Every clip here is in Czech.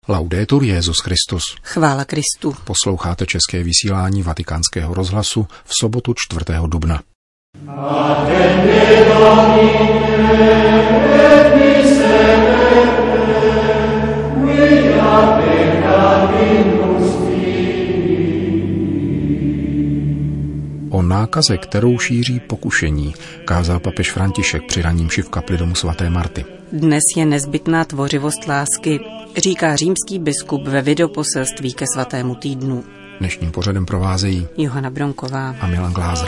Laudetur Jesus Christus. Chvála Kristu. Posloucháte české vysílání Vatikánského rozhlasu v sobotu 4. dubna. O nákaze, kterou šíří pokušení, kázal papež František při ranní mši v kapli domu svaté Marty. Dnes je nezbytná tvořivost lásky, říká římský biskup ve videoposelství ke svatému týdnu. Dnešním pořadem provázejí Johana Bronková a Milan Glázer.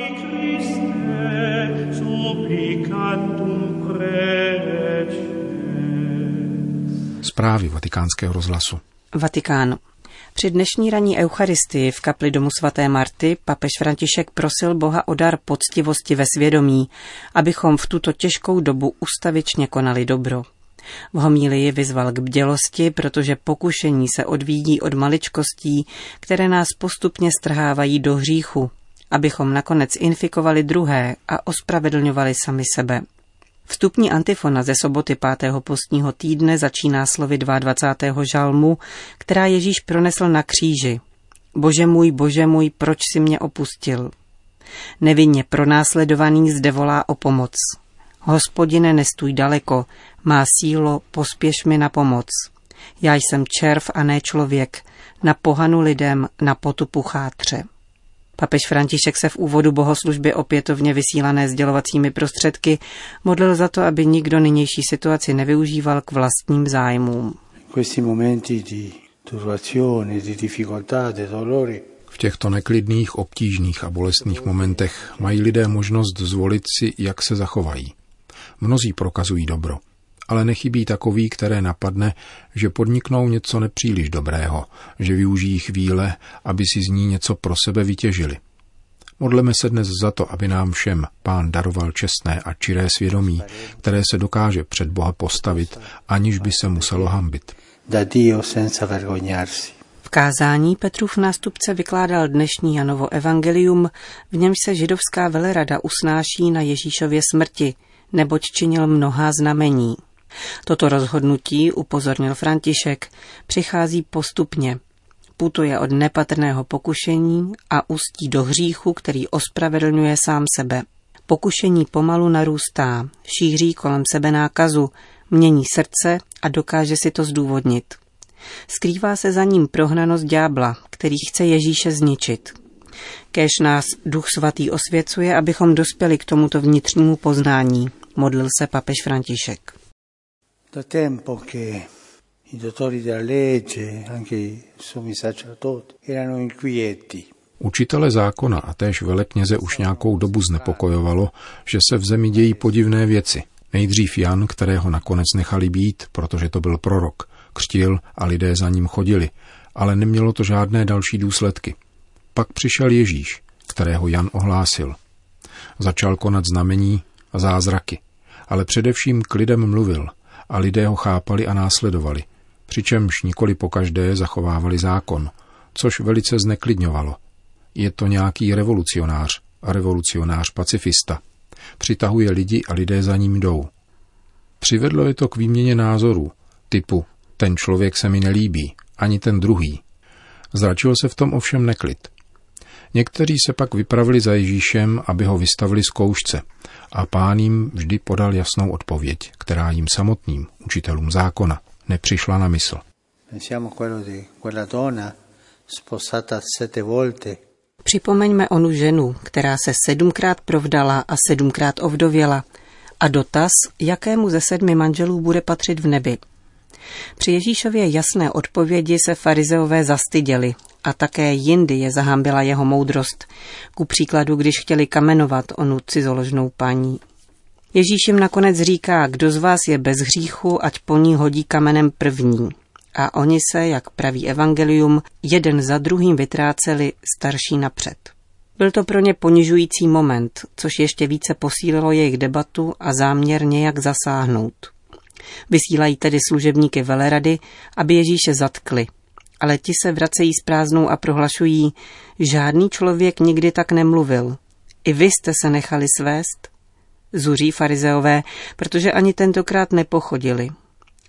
Zprávy Vatikánského rozhlasu. Vatikán. Při dnešní ranní eucharistii v kapli domu svaté Marty papež František prosil Boha o dar poctivosti ve svědomí, abychom v tuto těžkou dobu ustavičně konali dobro. V homílii vyzval k bdělosti, protože pokušení se odvíjí od maličkostí, které nás postupně strhávají do hříchu, abychom nakonec infikovali druhé a ospravedlňovali sami sebe. Vstupní antifona ze soboty 5. postního týdne začíná slovy 22. žalmu, která Ježíš pronesl na kříži. Bože můj, proč si mě opustil? Nevinně pronásledovaný zde volá o pomoc. Hospodine, nestůj daleko, má sílo, pospěš mi na pomoc. Já jsem červ a ne člověk, na pohanu lidem, na potupu chátře. Papež František se v úvodu bohoslužby opětovně vysílané sdělovacími prostředky modlil za to, aby nikdo nynější situaci nevyužíval k vlastním zájmům. V těchto neklidných, obtížných a bolestných momentech mají lidé možnost zvolit si, jak se zachovají. Mnozí prokazují dobro, ale nechybí takový, které napadne, že podniknou něco nepříliš dobrého, že využijí chvíle, aby si z ní něco pro sebe vytěžili. Modleme se dnes za to, aby nám všem Pán daroval čestné a čiré svědomí, které se dokáže před Boha postavit, aniž by se muselo hanbit. V kázání Petrův nástupce vykládal dnešní Janovo evangelium, v němž se židovská velerada usnáší na Ježíšově smrti, neboť činil mnohá znamení. Toto rozhodnutí, upozornil František, přichází postupně. Putuje od nepatrného pokušení a ústí do hříchu, který ospravedlňuje sám sebe. Pokušení pomalu narůstá, šíří kolem sebe nákazu, mění srdce a dokáže si to zdůvodnit. Skrývá se za ním prohnanost ďábla, který chce Ježíše zničit. Kéž nás Duch Svatý osvěcuje, abychom dospěli k tomuto vnitřnímu poznání, modlil se papež František. Da tempo che i dottori della legge, anche i sommi sacerdoti, erano inquieti. Učitele zákona a též velekněze už nějakou dobu znepokojovalo, že se v zemi dějí podivné věci. Nejdřív Jan, kterého nakonec nechali být, protože to byl prorok, křtil a lidé za ním chodili, ale nemělo to žádné další důsledky. Pak přišel Ježíš, kterého Jan ohlásil. Začal konat znamení a zázraky, ale především k lidem mluvil a lidé ho chápali a následovali, přičemž nikoli pokaždé zachovávali zákon, což velice zneklidňovalo. Je to nějaký revolucionář pacifista. Přitahuje lidi a lidé za ním jdou. Přivedlo je to k výměně názorů, typu ten člověk se mi nelíbí, ani ten druhý. Zračil se v tom ovšem neklid. Někteří se pak vypravili za Ježíšem, aby ho vystavili zkoušce, a Pán jim vždy podal jasnou odpověď, která jim samotným, učitelům zákona, nepřišla na mysl. Připomeňme onu ženu, která se 7krát provdala a 7krát ovdověla, a dotaz, jakému ze 7 manželů bude patřit v nebi. Při Ježíšově jasné odpovědi se farizeové zastyděli a také jindy je zahambila jeho moudrost, ku příkladu, když chtěli kamenovat onu cizoložnou paní. Ježíš jim nakonec říká, kdo z vás je bez hříchu, ať po ní hodí kamenem první. A oni se, jak praví evangelium, jeden za druhým vytráceli, starší napřed. Byl to pro ně ponižující moment, což ještě více posílilo jejich debatu a záměr nějak zasáhnout. Vysílají tedy služebníky velerady, aby Ježíše zatkli, ale ti se vracejí s prázdnou a prohlašují, žádný člověk nikdy tak nemluvil. I vy jste se nechali svést? Zuří farizeové, protože ani tentokrát nepochodili.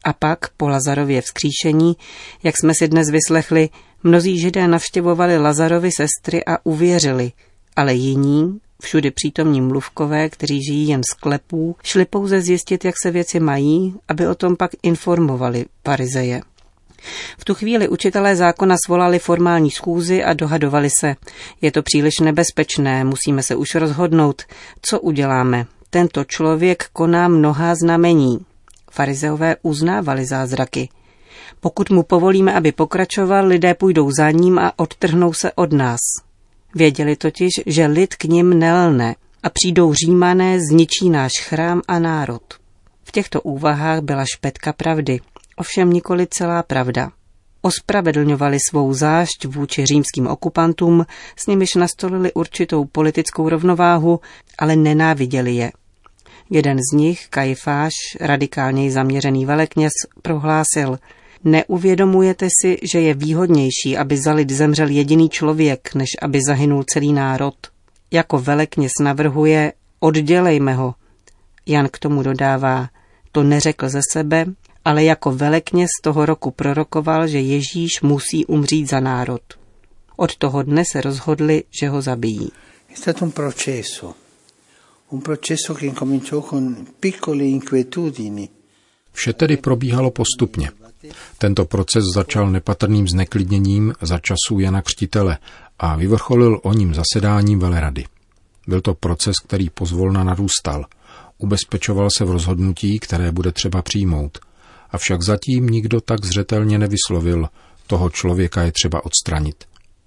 A pak, po Lazarově vzkříšení, jak jsme si dnes vyslechli, mnozí Židé navštěvovali Lazarovy sestry a uvěřili, ale jiní, všudy přítomní mluvkové, kteří žijí jen z klepů, šli pouze zjistit, jak se věci mají, aby o tom pak informovali farizeje. V tu chvíli učitelé zákona svolali formální schůzi a dohadovali se. Je to příliš nebezpečné, musíme se už rozhodnout. Co uděláme? Tento člověk koná mnohá znamení. Farizeové uznávali zázraky. Pokud mu povolíme, aby pokračoval, lidé půjdou za ním a odtrhnou se od nás. Věděli totiž, že lid k nim nelne a přijdou Římané, zničí náš chrám a národ. V těchto úvahách byla špetka pravdy, ovšem nikoli celá pravda. Ospravedlňovali svou zášť vůči římským okupantům, s nimiž nastolili určitou politickou rovnováhu, ale nenáviděli je. Jeden z nich, Kajfáš, radikálněji zaměřený velekněz, prohlásil: Neuvědomujete si, že je výhodnější, aby za lid zemřel jediný člověk, než aby zahynul celý národ? Jako velekněz navrhuje: oddělejme ho. Jan k tomu dodává: to neřekl ze sebe, ale jako velekněz toho roku prorokoval, že Ježíš musí umřít za národ. Od toho dne se rozhodli, že ho zabijí. Je stato un processo che incominciò con piccole inquietudini. Vše tedy probíhalo postupně. Tento proces začal nepatrným zneklidněním za časů Jana Křtitele a vyvrcholil o ním zasedáním velerady. Byl to proces, který pozvolna narůstal. Ubezpečoval se v rozhodnutí, které bude třeba přijmout. Avšak zatím nikdo tak zřetelně nevyslovil: toho člověka je třeba odstranit.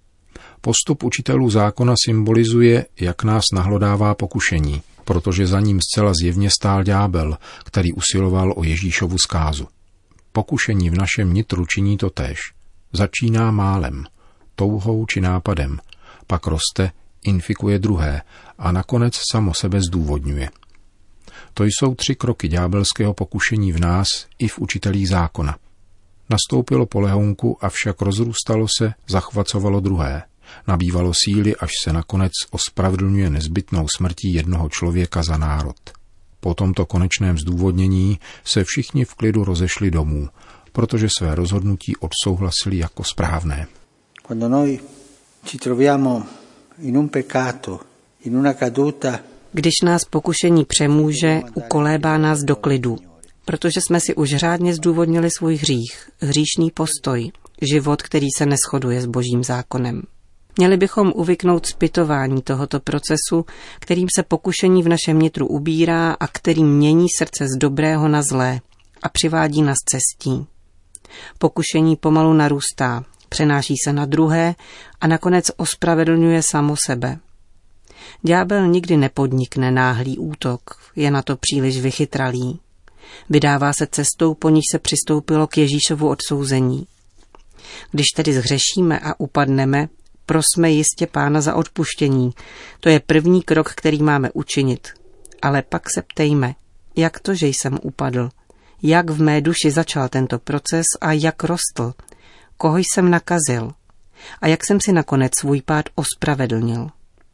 Postup učitelů zákona symbolizuje, jak nás nahlodává pokušení, protože za ním zcela zjevně stál ďábel, který usiloval o Ježíšovu zkázu. Pokušení v našem nitru činí to též. Začíná málem, touhou či nápadem, pak roste, infikuje druhé a nakonec samo sebe zdůvodňuje. To jsou 3 kroky ďábelského pokušení v nás i v učitelích zákona. Nastoupilo po lehonku, avšak rozrůstalo se, zachvacovalo druhé. Nabývalo síly, až se nakonec ospravedlňuje nezbytnou smrtí jednoho člověka za národ. Po tomto konečném zdůvodnění se všichni v klidu rozešli domů, protože své rozhodnutí odsouhlasili jako správné. Quando noi ci troviamo in un peccato, in una caduta, když nás pokušení přemůže, ukolébá nás do klidu, protože jsme si už řádně zdůvodnili svůj hřích, hříšný postoj, život, který se neshoduje s Božím zákonem. Měli bychom uvyknout zpytování tohoto procesu, kterým se pokušení v našem nitru ubírá a který mění srdce z dobrého na zlé a přivádí nás cestí. Pokušení pomalu narůstá, přenáší se na druhé a nakonec ospravedlňuje samo sebe. Ďábel nikdy nepodnikne náhlý útok, je na to příliš vychytralý. Vydává se cestou, po níž se přistoupilo k Ježíšovu odsouzení. Když tedy zhřešíme a upadneme, prosme jistě Pána za odpuštění. To je první krok, který máme učinit. Ale pak se ptejme, jak to, že jsem upadl? Jak v mé duši začal tento proces a jak rostl? Koho jsem nakazil? A jak jsem si nakonec svůj pád ospravedlnil?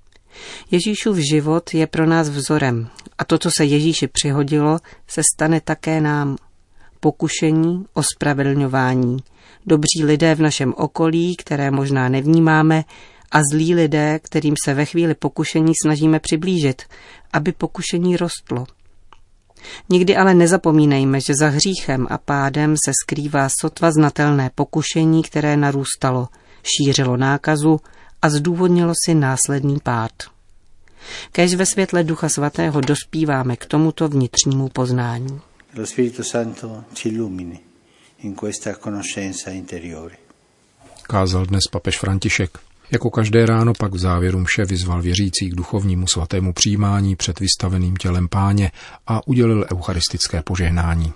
Ježíšův život je pro nás vzorem a to, co se Ježíši přihodilo, se stane také nám. Pokušení, ospravedlňování, dobří lidé v našem okolí, které možná nevnímáme, a zlí lidé, kterým se ve chvíli pokušení snažíme přiblížit, aby pokušení rostlo. Nikdy ale nezapomínejme, že za hříchem a pádem se skrývá sotva znatelné pokušení, které narůstalo, šířilo nákazu a zdůvodnilo si následný pád. Kéž ve světle Ducha Svatého dospíváme k tomuto vnitřnímu poznání. Lo Spirito Santo ci illumini in questa conoscenza interiore. Kázal dnes papež František. Jako každé ráno pak v závěru mše vyzval věřící k duchovnímu svatému přijímání před vystaveným tělem Páně a udělil eucharistické požehnání.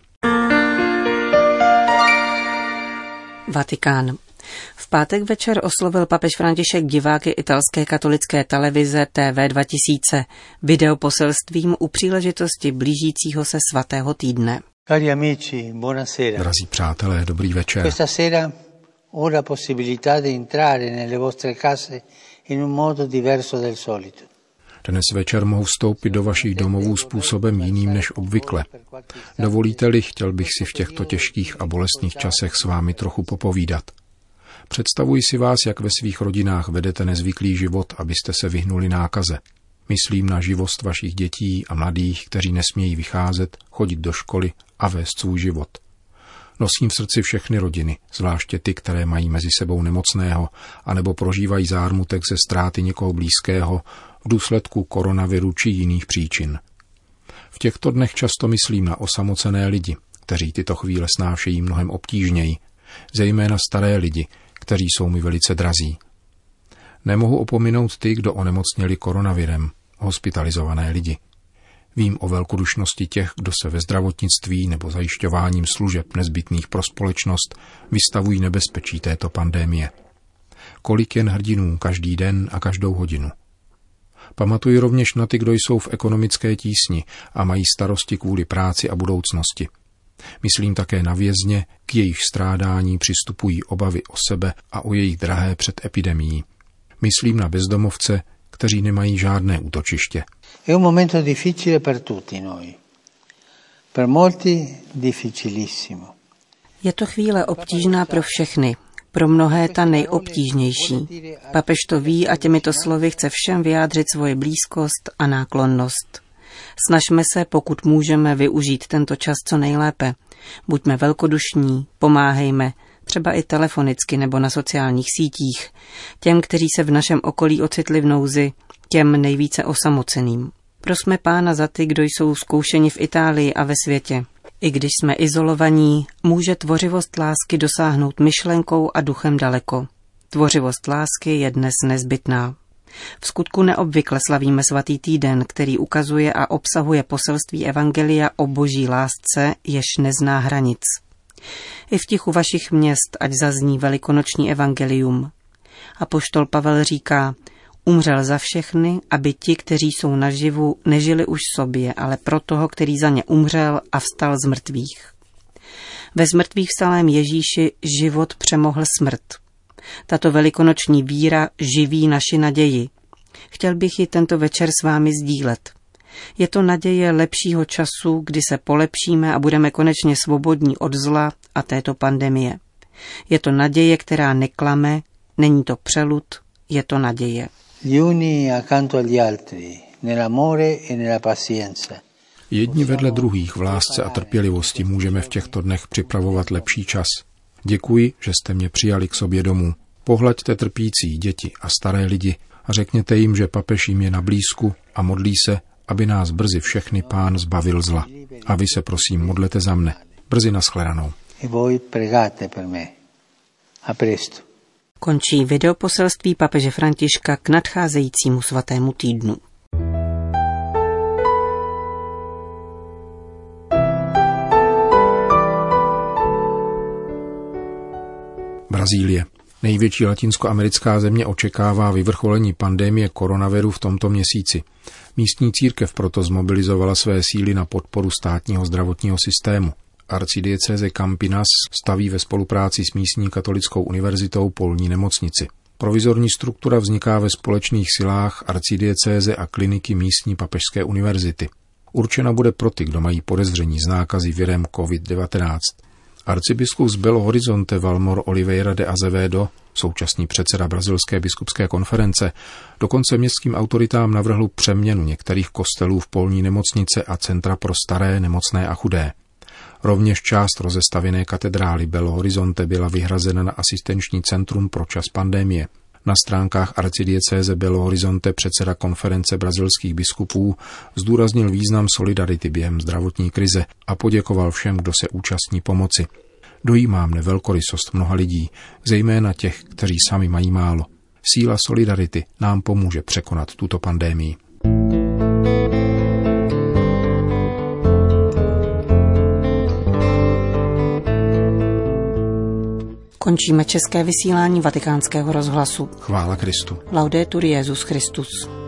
Vatikán. V pátek večer oslovil papež František diváky italské katolické televize TV 2000 videoposelstvím u příležitosti blížícího se svatého týdne. Cari amici, buonasera. Drazí přátelé, dobrý večer. Questa sera ho la possibilità di entrare nelle vostre case in un modo diverso del solito. Dnes večer mohu vstoupit do vašich domovů způsobem jiným než obvykle. Dovolíte-li, chtěl bych si v těchto těžkých a bolestných časech s vámi trochu popovídat. Představuji si vás, jak ve svých rodinách vedete nezvyklý život, abyste se vyhnuli nákaze. Myslím na živost vašich dětí a mladých, kteří nesmějí vycházet, chodit do školy a vést svůj život. Nosím v srdci všechny rodiny, zvláště ty, které mají mezi sebou nemocného, anebo prožívají zármutek ze ztráty někoho blízkého v důsledku koronaviru či jiných příčin. V těchto dnech často myslím na osamocené lidi, kteří tyto chvíle snášejí mnohem obtížněji, zejména staré lidi, kteří jsou mi velice drazí. Nemohu opominout ty, kdo onemocněli koronavirem, hospitalizované lidi. Vím o velkodušnosti těch, kdo se ve zdravotnictví nebo zajišťováním služeb nezbytných pro společnost vystavují nebezpečí této pandémie. Kolik jen hrdinů každý den a každou hodinu. Pamatuji rovněž na ty, kdo jsou v ekonomické tísni a mají starosti kvůli práci a budoucnosti. Myslím také na vězně, k jejich strádání přistupují obavy o sebe a o jejich drahé před epidemií. Myslím na bezdomovce, kteří nemají žádné útočiště. È un momento difficile per tutti noi. Per molti difficilissimo. Je to chvíle obtížná pro všechny, pro mnohé ta nejobtížnější. Papež to ví a těmito slovy chce všem vyjádřit svoji blízkost a náklonnost. Snažme se, pokud můžeme, využít tento čas co nejlépe. Buďme velkodušní, pomáhejme, třeba i telefonicky nebo na sociálních sítích, těm, kteří se v našem okolí ocitli v nouzi, těm nejvíce osamoceným. Prosme Pána za ty, kdo jsou zkoušeni v Itálii a ve světě. I když jsme izolovaní, může tvořivost lásky dosáhnout myšlenkou a duchem daleko. Tvořivost lásky je dnes nezbytná. V skutku neobvykle slavíme svatý týden, který ukazuje a obsahuje poselství evangelia o boží lásce, jež nezná hranic. I v tichu vašich měst ať zazní velikonoční evangelium. Apoštol Pavel říká, umřel za všechny, aby ti, kteří jsou naživu, nežili už sobě, ale pro toho, který za ně umřel a vstal z mrtvých. Ve zmrtvých vstalém Ježíši život přemohl smrt. Tato velikonoční víra živí naši naději. Chtěl bych ji tento večer s vámi sdílet. Je to naděje lepšího času, kdy se polepšíme a budeme konečně svobodní od zla a této pandemie. Je to naděje, která neklame, není to přelud, je to naděje. Jedni vedle druhých v lásce a trpělivosti můžeme v těchto dnech připravovat lepší čas. Děkuji, že jste mě přijali k sobě domů. Pohlaďte trpící děti a staré lidi a řekněte jim, že papež jim je na blízku a modlí se, aby nás brzy všechny Pán zbavil zla. A vy se prosím modlete za mne. Brzy nashledanou. Končí videoposelství papeže Františka k nadcházejícímu svatému týdnu. Brazílie. Největší latinskoamerická země očekává vyvrcholení pandemie koronaviru v tomto měsíci. Místní církev proto zmobilizovala své síly na podporu státního zdravotního systému. Arcidiecéze Campinas staví ve spolupráci s místní katolickou univerzitou polní nemocnici. Provizorní struktura vzniká ve společných silách arcidiecéze a kliniky místní papežské univerzity. Určena bude pro ty, kdo mají podezření z nákazy virem COVID-19. Arcibiskup z Belo Horizonte Valmor Oliveira de Azevedo, současný předseda Brazilské biskupské konference, dokonce městským autoritám navrhl přeměnu některých kostelů v polní nemocnice a centra pro staré, nemocné a chudé. Rovněž část rozestavěné katedrály Belo Horizonte byla vyhrazena na asistenční centrum pro čas pandemie. Na stránkách arcidiecéze Belo Horizonte předseda konference brazilských biskupů zdůraznil význam solidarity během zdravotní krize a poděkoval všem, kdo se účastní pomoci. Dojímá mne velkorysost mnoha lidí, zejména těch, kteří sami mají málo. Síla solidarity nám pomůže překonat tuto pandémii. Končíme české vysílání Vatikánského rozhlasu. Chvála Kristu. Laudetur Jesus Christus.